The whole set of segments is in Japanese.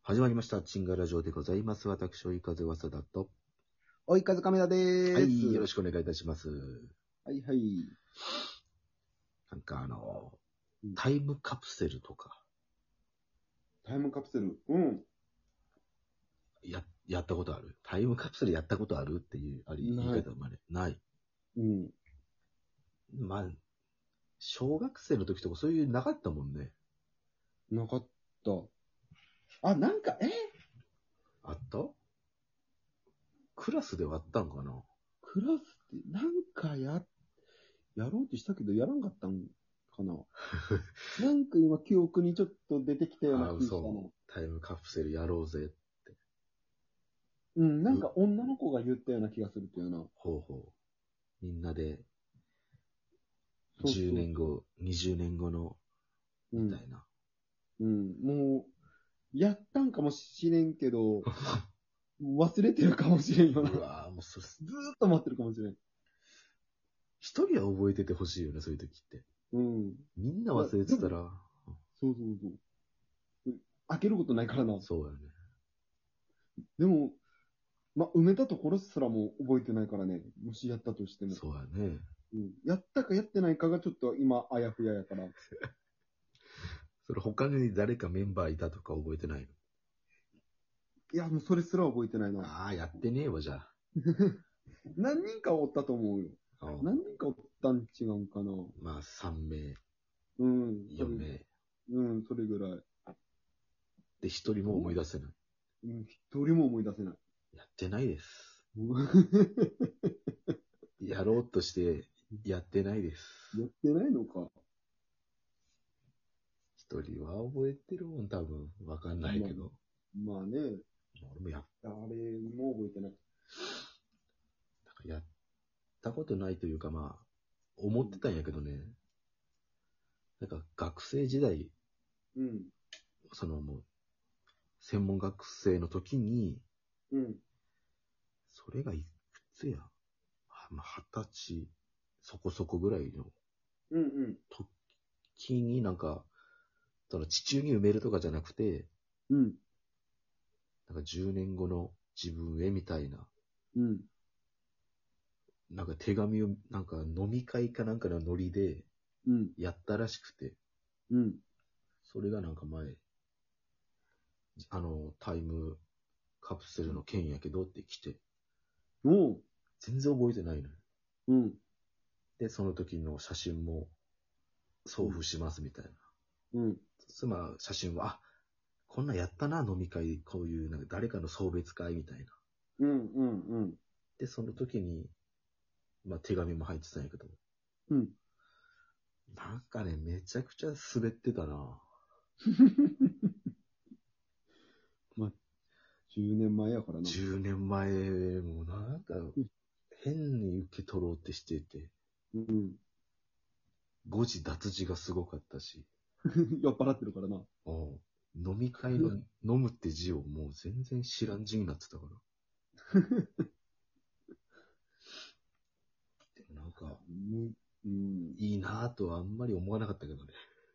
始まりました。チンガラジオでございます。私、追い風わさだと。 追い風カメラでーす。 はい、よろしくお願いいたします。 はいはい。 なんかタイムカプセルとか、 タイムカプセル。うん。 やったことある？タイムカプセルやったことあるっていう、言い方まで。ない。 うん。 まあ、小学生の時とかそういうなかったもんね。 なかった。あ、なんか、 あった？クラスではあったんかな？ クラスってなんかやろうとしたけどやらんかったんかな。なんか今記憶にちょっと出てきたような気がしたの。 タイムカプセルやろうぜ。 うん、なんか女の子が言ったような気がするっていうな。 ほうほう。みんなで、 そうそう 10年後、20年後の、みたいな。 うん、もう、やったんかもしれんけど、忘れてるかもしれんよな。 うわぁ、もうそれ、 ずーっと待ってるかもしれん。 一人は覚えててほしいよね、そういう時って。 うん。 みんな忘れてたら、 そうそうそう。開けることないからな。 そうやね。 でも、埋めたところすらも覚えてないからね。もしやったとしても。 そうやね。 うん。やったかやってないかがちょっと今、あやふややから。いそれ他に誰かメンバーいたとか覚えてないや、もうそれすら覚えてないの？ な。 ああ、やってねえわ、じゃあ。 何人かおったと思うよ。 うん何人かおったん違うんかな。 まあ、3名、 うん。 4名。 うん、それぐらい。 で、1人も思い出せない。 うん、一人も思い出せない。 やってないです。やろうとして、やってないです。 やってないのか。 1人は覚えてるもん、多分。わかんないけど。 まあね、 俺も誰も覚えてない。 やったことないというか、まあ、思ってたんやけどね。なんか学生時代、 うん。 もう、専門学生の時に、 うん。 それがいくつや？まあ、20歳そこそこぐらいのうん。うん。 時になんか、地中に埋めるとかじゃなくて、 うん。 なんか10年後の自分へみたいな、 うん。 なんか手紙を、なんか飲み会かなんかのノリでうん。 やったらしくて、 うん。 それがなんか前、タイムカプセルの件やけどって来て、 おう。 全然覚えてないのよ。 うん。 で、その時の写真も送付しますみたいな。 うん。 まあ、写真は、あ、こんなんやったな、飲み会、こういう、なんか誰かの送別会みたいな。 うん。うん。うん。 で、その時に、まあ手紙も入ってたんやけど、 うん。 なんかね、めちゃくちゃ滑ってたな。 まあ、10年前やからな。 10年前もなんか、変に受け取ろうってしてて、 うん。 誤字脱字がすごかったし、 酔っ払ってるからな。 飲み会の飲むって字をもう全然知らん字になってたから。でもなんか、 うん。 いいなぁとはあんまり思わなかったけどね。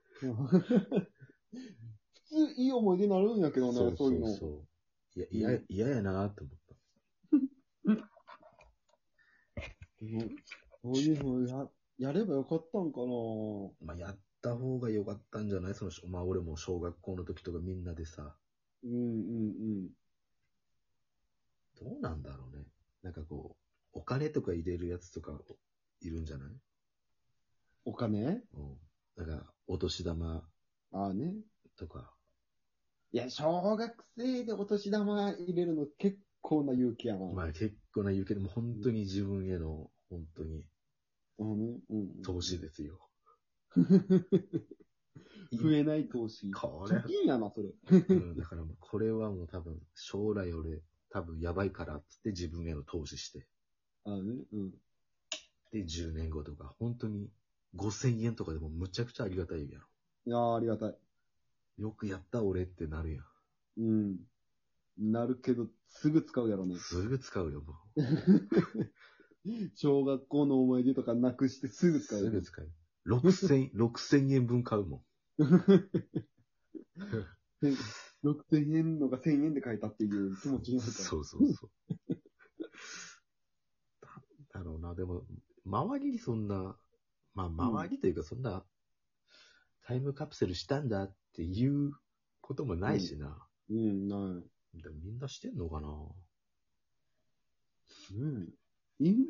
普通いい思い出になるんやけどね、そういうの。 そう。嫌やなぁと思った。 そういうのやればよかったんかな。 まあ、やった方が良かったんじゃない？まあ、俺も小学校の時とかみんなでさ、 うんうんどうなんだろうね。なんかこう、お金とか入れるやつとかいるんじゃない？ お金なんか、お年玉ああね。 とか。 いや、小学生でお年玉入れるの結構な勇気やな。 まあ結構な言うけども、本当に自分への、本当に、投資ですよ。 増えない投資。 これ貯金やな、それ。 だからもうこれはもう多分、将来俺、多分やばいからっつって自分への投資して。 ああね。 で、10年後とか、本当に5000円とかでもむちゃくちゃありがたいやろ。 いやー、ありがたい。 よくやった俺ってなるやん。 うん。なるけど、すぐ使うやろね。 すぐ使うよ、もう。 小学校の思い出とかなくしてすぐ使うよね。 すぐ使う。6000円分買うもん。 6000円のが1000円で買えたっていう気持ちになるから。 そうそうそう。だろうな、でも、周りにそんな、まあ、周りというか、そんな、タイムカプセルしたんだっていうこともないしな。 うん、ない。 でもみんなしてんのかな。 今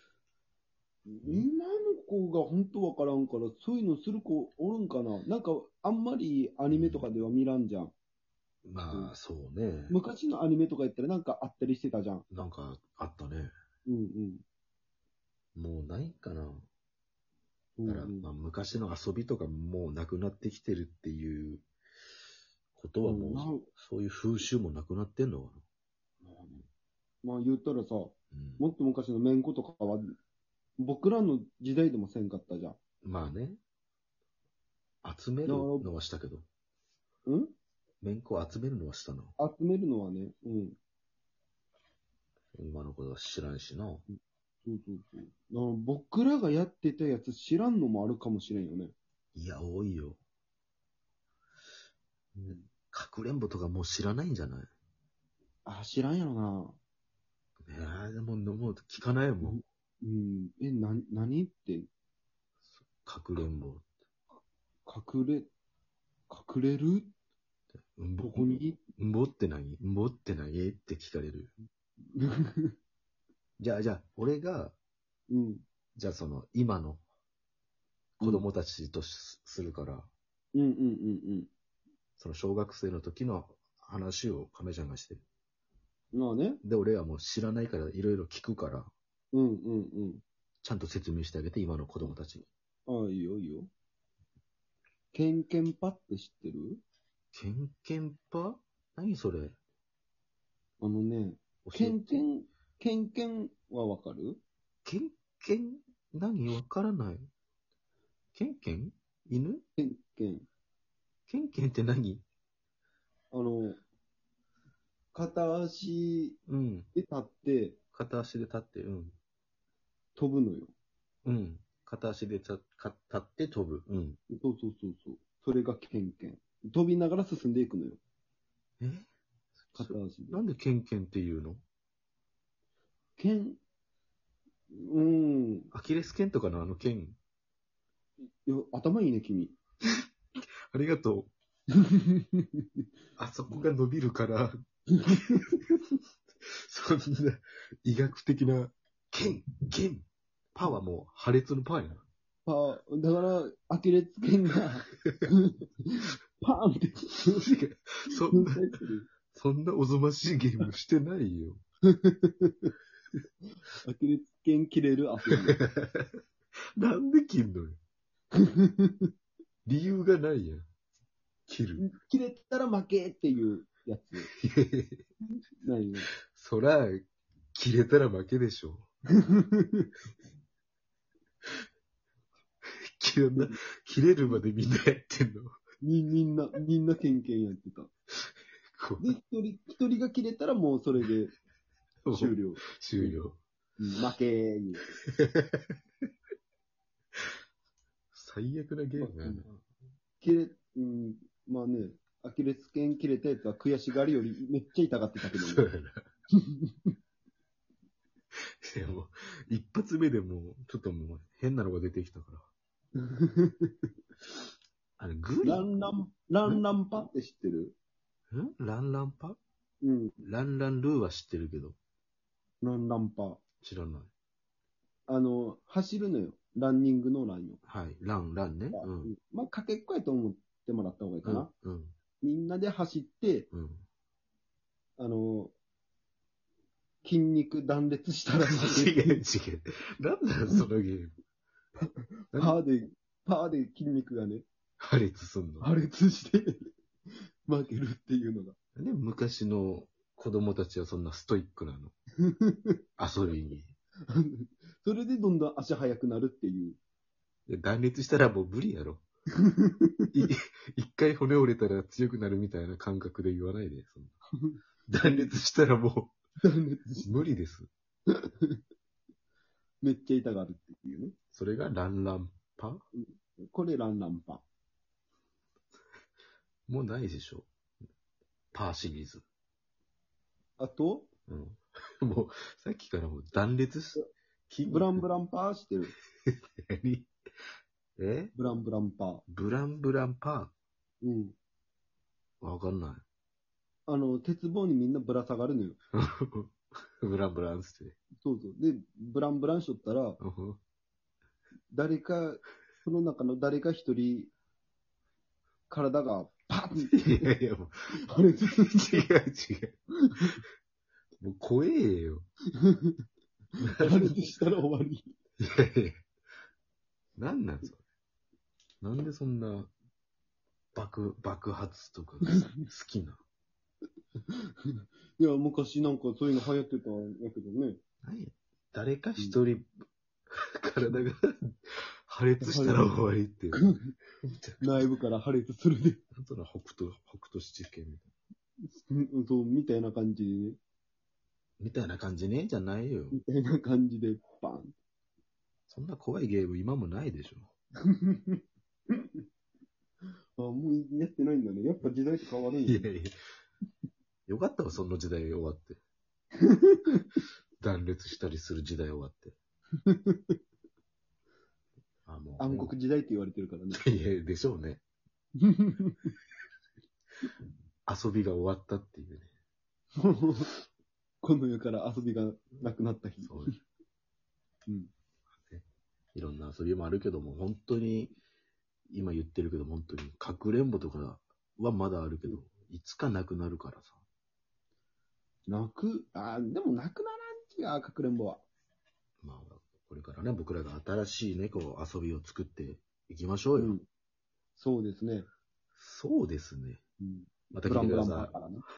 の子が本当わからんから、そういうのする子おるんかな。なんか、あんまりアニメとかでは見らんじゃん。 まあ、そうね。 昔のアニメとか言ったらなんかあったりしてたじゃん。 なんかあったね。 うんもうないかな。 うん。 だから、まあ、昔の遊びとかもうなくなってきてるっていうことはもう、そういう風習もなくなってんのかまあ言ったらさ、 な。 もっと昔のめんことかは、僕らの時代でもせんかったじゃん。 まあね。集めるのはしたけど。めんこ集めるのはしたな。 集めるのはね、 今のことは知らんしな。 そう。だから僕らがやってたやつ知らんのもあるかもしれんよね。 いや、多いよ。かくれんぼとかもう知らないんじゃない？ 知らんやろな。 でも聞かないもん。 何って。 かくれんぼ。 隠れるどこにんぼって何って聞かれる。じゃあ、俺が、じゃあ今の子供たちとするから、その小学生の時の話を亀ちゃんがして。 まあね。 で、俺はもう知らないからいろいろ聞くから、ちゃんと説明してあげて、今の子供たちに。 いいよいいよ。ケンケンパって知ってる？ ケンケンパ？何それ？ ケンケンはわかる？ ケンケン何？わからない。ケンケン？犬？ ケンケン。 ケンケンって何？ 片足で立って、 片足で立って、 飛ぶのよ。 片足で立って飛ぶ。 そう。それがケンケン。飛びながら進んでいくのよ。片足で。 なんでケンケンって言うの？アキレス腱とかのケン。 いや、頭いいね、君。 ありがとう。あそこが伸びるから、そんな医学的な、ケン、パはもう破裂のパやな。 だから、アキレス腱が、パーンって。 そんなおぞましいゲームしてないよ。 アキレス腱切れる遊び。 なんで切んのよ。理由がないやん。切れたら負けっていうやつ。何？ そら、切れたら負けでしょ。切れるまでみんなやってんの？ みんなケンケンやってた。で、一人が切れたらもうそれで終了。負けー。 最悪なゲームやな。 まあね、アキレス腱切れたやつは悔しがりよりめっちゃ痛がってたけどね。 そうやな。いやもう、一発目でもう、ちょっともう変なのが出てきたから。グリランランパって知ってる？ ランランパ？ランランルーは知ってるけど。 ランランパ。 知らない。 走るのよ。ランニングのランよ。 はい。ランね。 まあ、かけっこやと思ってもらった方がいいかな。みんなで走って、筋肉断裂したら違う。なんだよ、そのゲーム。 パーで筋肉がね、 破裂すんの？ 破裂して負けるっていうのが。 で、昔の子供たちはそんなストイックなの？遊びに。 それでどんどん足速くなるっていう。 断裂したらもう無理やろ。一回骨折れたら強くなるみたいな感覚で言わないで。断裂したらもう無理です。 めっちゃ痛がるっていうね。 それがランランパ？ これランランパ。 もうないでしょ。 パーシリーズ。 あと、 うん。もう、さっきからもう断裂し、 ブランブランパーしてる。 何ブランブランパー。 ブランブランパうん。 ーわかんない。 鉄棒にみんなぶら下がるのよ。 ブランブランっつって。 そうそう。で、ブランブランしとったら、その中の誰か一人、体がパンっていやいや、もう、 破裂違う違う。もう怖えよ。 破裂したら終わり。 いやいや。なんなんそれ。なんでそんな爆発とかが好きな。 いや、昔なんかそういうの流行ってたんやけどね。 何や誰か一人、体が破裂したら終わりって。 内部から破裂するで。 なんとなく北斗七拳みたいそう、みたいな感じでね。 な。みたいな感じねじゃないよ。 みたいな感じで、バン。 そんな怖いゲーム今もないでしょ。 あ、もうやってないんだね。やっぱ時代って変わるんや。 いやいや。よかったわ、その時代終わって。断裂したりする時代終わって。あ、もう。 暗黒時代って言われてるからね。 いや、でしょうね。遊びが終わったっていうね。 この世から遊びがなくなった日。 そううん。 いろんな遊びもあるけども、本当に、今言ってるけど、本当に、かくれんぼとかはまだあるけど、いつかなくなるからさ。 でもなくならんちが、かくれんぼは。 まあ、これからね、僕らが新しいね、こう、遊びを作っていきましょうよ。 そうですね。 そうですね。 うん。 また聞いてください。 ブランブランパーからね。